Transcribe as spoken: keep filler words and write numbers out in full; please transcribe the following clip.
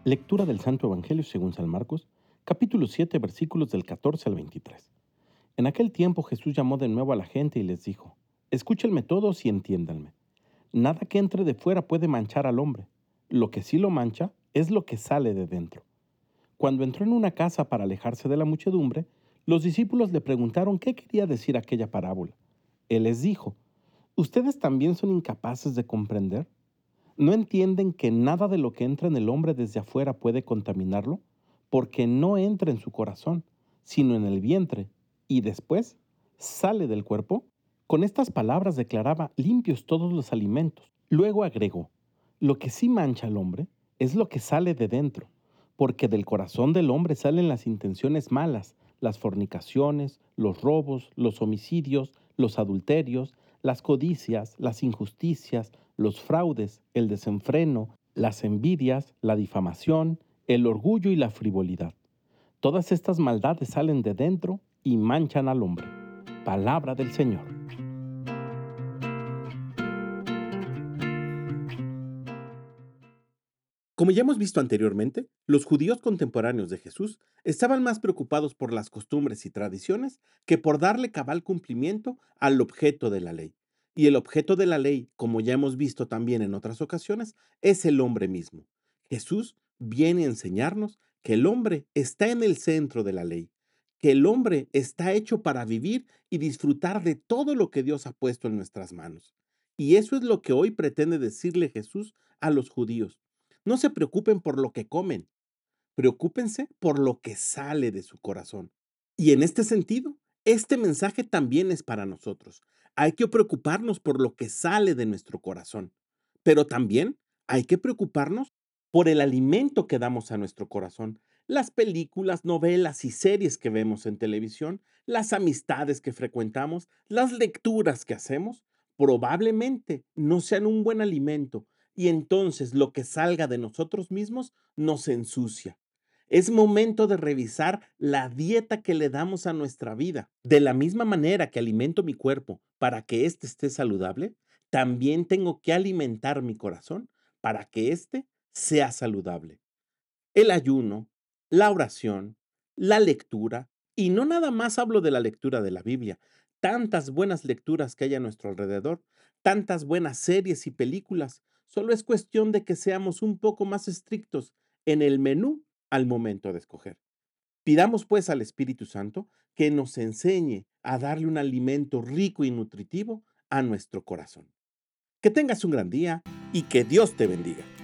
Lectura del Santo Evangelio según San Marcos, capítulo siete, versículos del catorce al veintitrés. En aquel tiempo Jesús llamó de nuevo a la gente y les dijo: Escúchenme todos y entiéndanme. Nada que entre de fuera puede manchar al hombre. Lo que sí lo mancha es lo que sale de dentro. Cuando entró en una casa para alejarse de la muchedumbre, los discípulos le preguntaron qué quería decir aquella parábola. Él les dijo: ¿Ustedes también son incapaces de comprender? ¿No entienden que nada de lo que entra en el hombre desde afuera puede contaminarlo? Porque no entra en su corazón, sino en el vientre, y después sale del cuerpo. Con estas palabras declaraba limpios todos los alimentos. Luego agregó: lo que sí mancha al hombre es lo que sale de dentro, porque del corazón del hombre salen las intenciones malas, las fornicaciones, los robos, los homicidios, los adulterios, las codicias, las injusticias, los fraudes, el desenfreno, las envidias, la difamación, el orgullo y la frivolidad. Todas estas maldades salen de dentro y manchan al hombre. Palabra del Señor. Como ya hemos visto anteriormente, los judíos contemporáneos de Jesús estaban más preocupados por las costumbres y tradiciones que por darle cabal cumplimiento al objeto de la ley. Y el objeto de la ley, como ya hemos visto también en otras ocasiones, es el hombre mismo. Jesús viene a enseñarnos que el hombre está en el centro de la ley, que el hombre está hecho para vivir y disfrutar de todo lo que Dios ha puesto en nuestras manos. Y eso es lo que hoy pretende decirle Jesús a los judíos. No se preocupen por lo que comen, preocúpense por lo que sale de su corazón. Y en este sentido, este mensaje también es para nosotros. Hay que preocuparnos por lo que sale de nuestro corazón, pero también hay que preocuparnos por el alimento que damos a nuestro corazón. Las películas, novelas y series que vemos en televisión, las amistades que frecuentamos, las lecturas que hacemos, probablemente no sean un buen alimento y entonces lo que salga de nosotros mismos nos ensucia. Es momento de revisar la dieta que le damos a nuestra vida. De la misma manera que alimento mi cuerpo para que éste esté saludable, también tengo que alimentar mi corazón para que éste sea saludable. El ayuno, la oración, la lectura, y no nada más hablo de la lectura de la Biblia, tantas buenas lecturas que hay a nuestro alrededor, tantas buenas series y películas, solo es cuestión de que seamos un poco más estrictos en el menú al momento de escoger. Pidamos pues al Espíritu Santo que nos enseñe a darle un alimento rico y nutritivo a nuestro corazón. Que tengas un gran día y que Dios te bendiga.